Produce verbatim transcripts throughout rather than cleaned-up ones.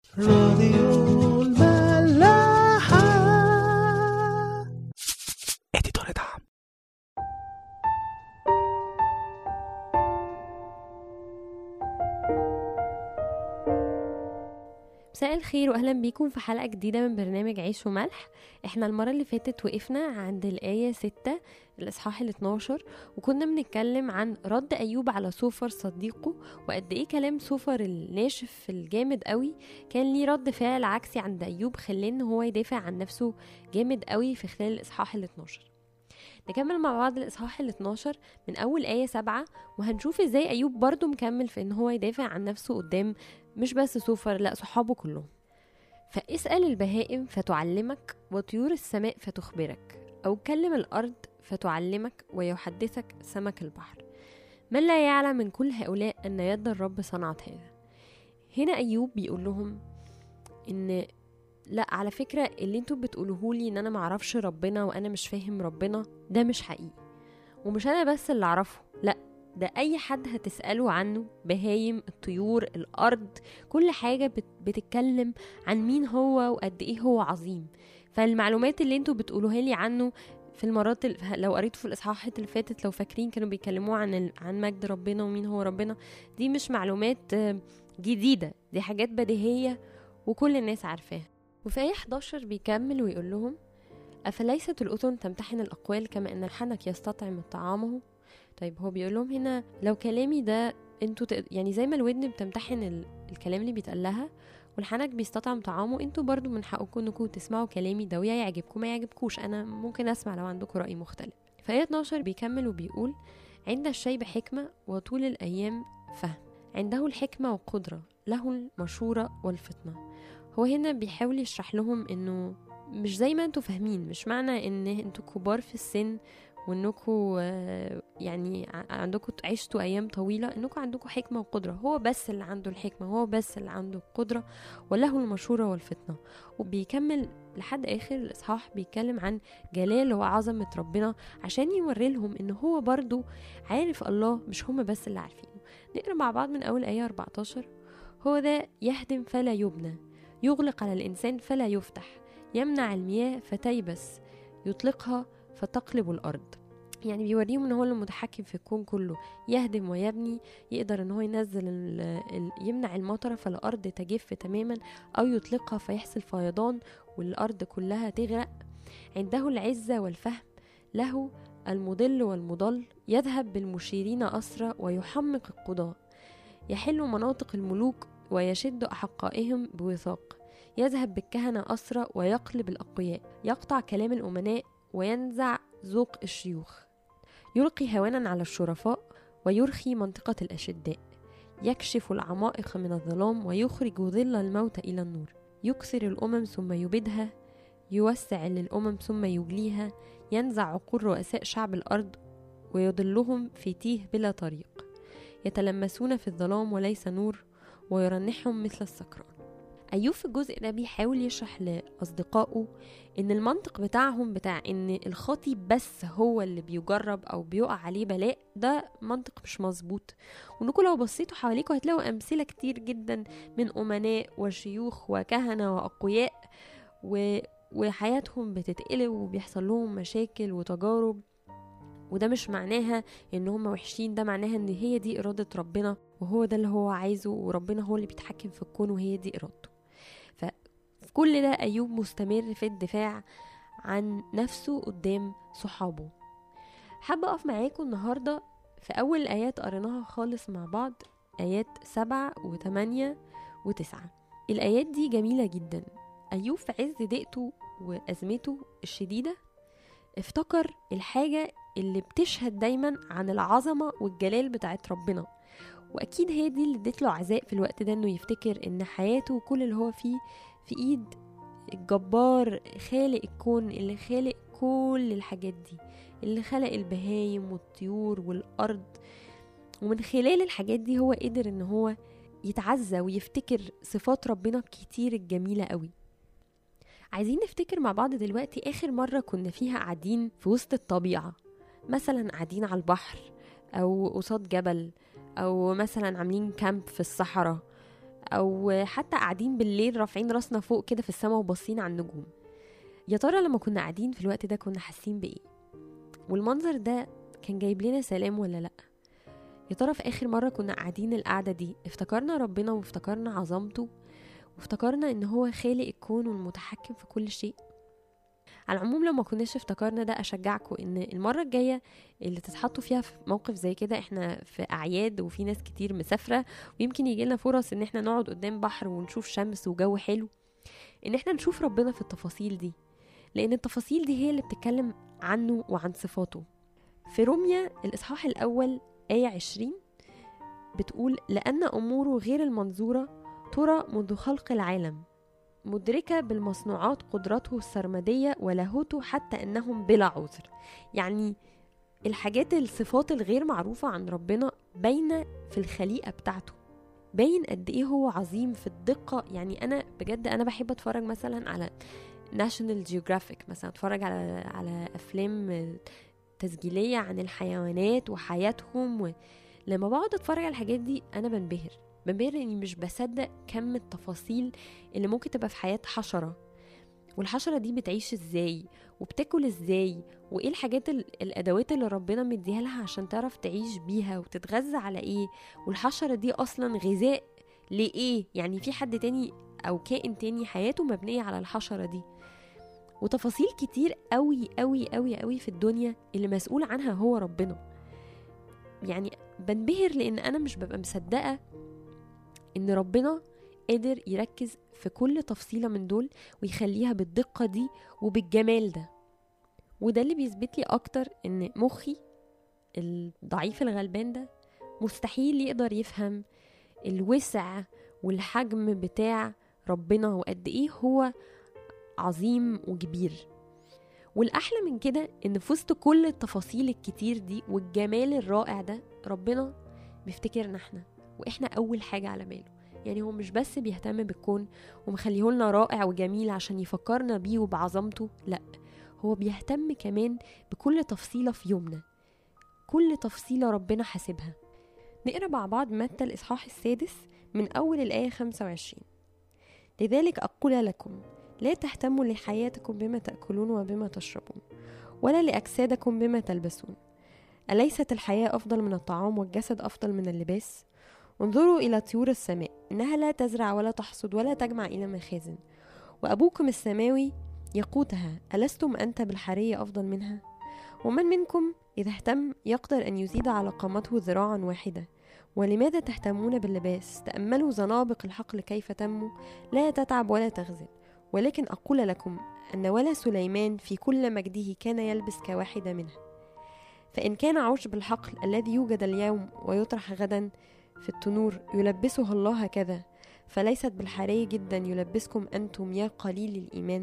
راديو الملاحة. اديتور دعم. مساء الخير واهلا بيكم في حلقة جديدة من برنامج عيش وملح. احنا المرة اللي فاتت وقفنا عند الآية ستة الإصحاح الاتناشر، وكنا بنتكلم عن رد أيوب على سوفر صديقه، وقد ايه كلام سوفر الناشف الجامد قوي كان ليه رد فعل عكسي عند أيوب، خلاه ان هو يدافع عن نفسه جامد قوي في خلال الإصحاح الاتناشر. نكمل مع بعض الإصحاح الاتناشر من أول آية سبعة، وهنشوف ازاي أيوب برضو مكمل في ان هو يدافع عن نفسه قدام مش بس سوفر، لا صحابه كلهم. فاسأل البهائم فتعلمك، وطيور السماء فتخبرك، أو كلم الأرض فتعلمك، ويحدثك سمك البحر. من لا يعلم من كل هؤلاء أن يد الرب صنعت هذا. هنا أيوب بيقول لهم إن لا، على فكرة اللي انتوا بتقولوهولي ان انا معرفش ربنا وانا مش فاهم ربنا ده مش حقيقي، ومش انا بس اللي اعرفه، لا ده اي حد هتسأله عنه، بهايم، الطيور، الارض، كل حاجة بتتكلم عن مين هو وقد ايه هو عظيم. فالمعلومات اللي انتوا بتقولوها لي عنه في المرات اللي لو قريتوا في الاصحاحات اللي فاتت، لو فاكرين كانوا بيكلموا عن عن مجد ربنا ومين هو ربنا، دي مش معلومات جديدة، دي حاجات بديهية وكل الناس عارفاها. وفي آية حداشر بيكمل ويقول لهم: أفليست الأذن تمتحن الأقوال كما أن الحنك يستطعم طعامه؟ طيب هو بيقول لهم هنا لو كلامي ده انتوا تق... يعني زي ما الودن بتمتحن ال... الكلام اللي بيتقالها، والحنك بيستطعم طعامه، انتوا برضو من حقكم انكم تسمعوا كلامي ده، ويا يعجبكم ما يعجبكوش، انا ممكن اسمع لو عندكم رأي مختلف. في آية اتناشر بيكمل وبيقول: عند الشيب حكمة وطول الأيام فهم، عنده الحكمة والقدرة، له المشورة والفطنة. هو هنا بيحاول يشرح لهم انه مش زي ما انتوا فاهمين، مش معنى ان انتوا كبار في السن وانكم يعني عندكم عشتوا ايام طويلة انكم عندكم حكمة وقدرة. هو بس اللي عنده الحكمة، هو بس اللي عنده القدرة، وله المشورة والفطنة. وبيكمل لحد اخر الاصحاح بيتكلم عن جلال وعظمة ربنا، عشان يوري لهم ان هو برضو عارف الله، مش هم بس اللي عارفينه. نقرأ مع بعض من اول آية أربعتاشر: هو ذا يهدم فلا يبنى، يغلق على الإنسان فلا يفتح، يمنع المياه فتيبس، يطلقها فتقلب الأرض. يعني بيوريهم ان هو المتحكم في الكون كله، يهدم ويبني، يقدر ان هو ينزل ال ال يمنع المطر فالأرض تجف تماما، أو يطلقها فيحصل فيضان والأرض كلها تغرق. عنده العزة والفهم، له المضل والمضل، يذهب بالمشيرين أسرى ويحمق القضاء، يحل مناطق الملوك ويشد أحقائهم بوثاق، يذهب بالكهنة أسرى ويقلب الأقوياء، يقطع كلام الأمناء وينزع ذوق الشيوخ، يلقي هوانا على الشرفاء ويرخي منطقة الأشداء، يكشف العمائق من الظلام ويخرج ظل الموت إلى النور، يكسر الأمم ثم يبيدها، يوسع للأمم ثم يجليها، ينزع عقول رؤساء شعب الأرض ويضلهم في تيه بلا طريق، يتلمسون في الظلام وليس نور، ويرنحهم مثل السكران. أيوب في الجزء ده بيحاول يشرح لأصدقائه إن المنطق بتاعهم بتاع إن الخاطي بس هو اللي بيجرب أو بيقع عليه بلاء، ده منطق مش مظبوط، وإنكم لو بصيتوا حواليكم هتلاقوا أمثلة كتير جدا من أمناء وشيوخ وكهنة وأقوياء و... وحياتهم بتتقلب وبيحصل لهم مشاكل وتجارب، وده مش معناها ان هم وحشين، ده معناها ان هي دي إرادة ربنا، وهو ده اللي هو عايزه، وربنا هو اللي بيتحكم في الكون وهي دي إرادته. ففي كل ده أيوب مستمر في الدفاع عن نفسه قدام صحابه. حابة أقف معاكم النهاردة في أول آيات قريناها خالص مع بعض، آيات سبعة وثمانية وتسعة. الآيات دي جميلة جدا. أيوب في عز ضيقته وأزمته الشديدة افتكر الحاجة اللي بتشهد دايما عن العظمة والجلال بتاعت ربنا، واكيد هي دي اللي ادت له عزاء في الوقت ده، انه يفتكر ان حياته وكل اللي هو فيه في ايد الجبار خالق الكون، اللي خالق كل الحاجات دي، اللي خلق البهايم والطيور والارض، ومن خلال الحاجات دي هو قدر ان هو يتعزى ويفتكر صفات ربنا كتير الجميلة قوي. عايزين نفتكر مع بعض دلوقتي آخر مرة كنا فيها قاعدين في وسط الطبيعة، مثلا قاعدين على البحر أو قصاد جبل، أو مثلا عاملين كامب في الصحراء، أو حتى قاعدين بالليل رافعين راسنا فوق كده في السماء وباصين على النجوم. يا ترى لما كنا قاعدين في الوقت ده كنا حاسين بإيه؟ والمنظر ده كان جايب لنا سلام ولا لأ؟ يا ترى في آخر مرة كنا قاعدين القعدة دي افتكرنا ربنا وافتكرنا عظمته وافتكرنا إن هو خالق الكون والمتحكم في كل شيء؟ على العموم لما كناش افتكرنا ده، أشجعكم إن المرة الجاية اللي تتحطوا فيها في موقف زي كده، احنا في أعياد وفي ناس كتير مسافرة ويمكن يجيلنا فرص إن احنا نقعد قدام بحر ونشوف شمس وجو حلو، إن احنا نشوف ربنا في التفاصيل دي، لأن التفاصيل دي هي اللي بتتكلم عنه وعن صفاته. في روميا الإصحاح الأول آية عشرين بتقول: لأن أموره غير المنظورة ترى منذ خلق العالم، مدركة بالمصنوعات قدرته السرمدية ولاهوته حتى أنهم بلا عذر. يعني الحاجات الصفات الغير معروفة عن ربنا باينة في الخليقة بتاعته، باين قد إيه هو عظيم في الدقة. يعني أنا بجد أنا بحب أتفرج مثلا على ناشونال جيوغرافيك، مثلا أتفرج على على أفلام تسجيلية عن الحيوانات وحياتهم، ولما بقعد أتفرج على الحاجات دي أنا بنبهر بنبهر إني مش بصدق كم التفاصيل اللي ممكن تبقى في حياة حشرة، والحشرة دي بتعيش إزاي وبتاكل إزاي، وإيه الحاجات الأدوات اللي ربنا مديها لها عشان تعرف تعيش بيها وتتغذى على إيه، والحشرة دي أصلا غذاء لإيه. يعني في حد تاني أو كائن تاني حياته مبنية على الحشرة دي، وتفاصيل كتير قوي قوي قوي قوي في الدنيا اللي مسؤول عنها هو ربنا. يعني بنبهر لأن أنا مش ببقى مصدقة إن ربنا قادر يركز في كل تفصيلة من دول ويخليها بالدقة دي وبالجمال ده. وده اللي بيثبت لي أكتر إن مخي الضعيف الغلبان ده مستحيل يقدر يفهم الوسع والحجم بتاع ربنا وقد إيه هو عظيم وكبير. والأحلى من كده إن في وسط كل التفاصيل الكتير دي والجمال الرائع ده ربنا بيفتكرنا احنا، وإحنا أول حاجة على باله. يعني هو مش بس بيهتم بالكون ومخليهولنا رائع وجميل عشان يفكرنا بيه وبعظمته، لأ، هو بيهتم كمان بكل تفصيلة في يومنا، كل تفصيلة ربنا حاسبها. نقرأ مع بعض متى الإصحاح السادس من أول الآية خمسة وعشرين: لذلك أقول لكم لا تهتموا لحياتكم بما تأكلون وبما تشربون، ولا لأجسادكم بما تلبسون. أليست الحياة أفضل من الطعام والجسد أفضل من اللباس؟ انظروا إلى طيور السماء، إنها لا تزرع ولا تحصد ولا تجمع إلى مخازن، وأبوكم السماوي يقوتها. ألستم أنت بالحرية أفضل منها؟ ومن منكم إذا اهتم يقدر أن يزيد على قامته ذراعا واحدة. ولماذا تهتمون باللباس؟ تأملوا زنابق الحقل كيف تنمو، لا تتعب ولا تغزل. ولكن أقول لكم أن ولا سليمان في كل مجده كان يلبس كواحدة منها. فإن كان عشب الحقل الذي يوجد اليوم ويطرح غدا في التنور يلبسه الله هكذا، فليست بالحري جدا يلبسكم أنتم يا قليل الإيمان؟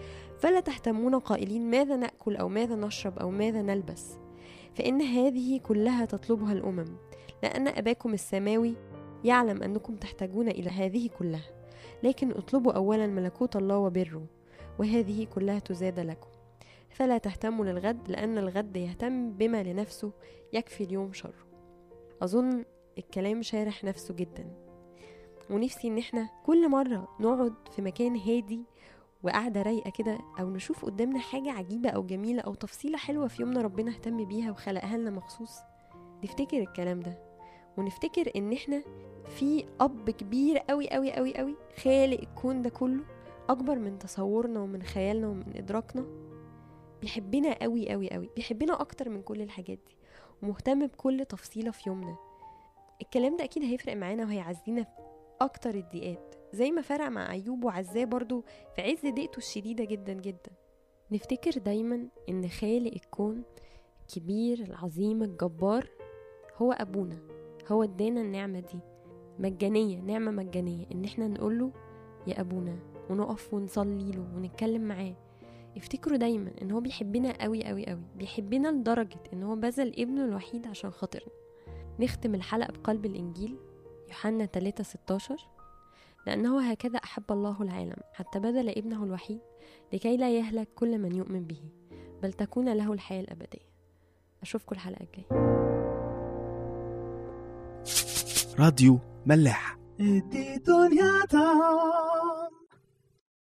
فلا تهتمون قائلين ماذا نأكل أو ماذا نشرب أو ماذا نلبس، فإن هذه كلها تطلبها الأمم، لأن أباكم السماوي يعلم أنكم تحتاجون إلى هذه كلها. لكن اطلبوا أولا ملكوت الله وبره، وهذه كلها تزاد لكم. فلا تهتموا للغد، لأن الغد يهتم بما لنفسه، يكفي اليوم شره. أظن الكلام شارح نفسه جدا، ونفسي ان احنا كل مرة نقعد في مكان هادي وقاعدة رايقة كده، او نشوف قدامنا حاجة عجيبة او جميلة او تفصيلة حلوة في يومنا ربنا اهتم بيها وخلقها لنا مخصوص، نفتكر الكلام ده، ونفتكر ان احنا في اب كبير قوي قوي قوي قوي خالق الكون ده كله، اكبر من تصورنا ومن خيالنا ومن ادراكنا، بيحبنا قوي قوي قوي، بيحبنا اكتر من كل الحاجات دي، ومهتم بكل تفصيلة في يومنا. الكلام ده اكيد هيفرق معانا وهيعزينا في اكتر الضيقات، زي ما فرق مع ايوب وعزاه برضو في عز ضيقته الشديدة جدا جدا. نفتكر دايما ان خالق الكون كبير العظيم الجبار هو ابونا، هو ادانا النعمة دي مجانية، نعمة مجانية، ان احنا نقوله يا ابونا ونقف ونصلي له ونتكلم معاه. افتكروا دايما ان هو بيحبنا قوي قوي قوي، بيحبنا لدرجة ان هو بذل ابنه الوحيد عشان خاطرنا. نختم الحلقة بقلب الانجيل يوحنا ثلاثة ستاشر: لأنه هكذا أحب الله العالم حتى بذل ابنه الوحيد لكي لا يهلك كل من يؤمن به بل تكون له الحياة الأبدية. أشوفكم الحلقة الجاية. راديو ملاح. ادي دنيا دام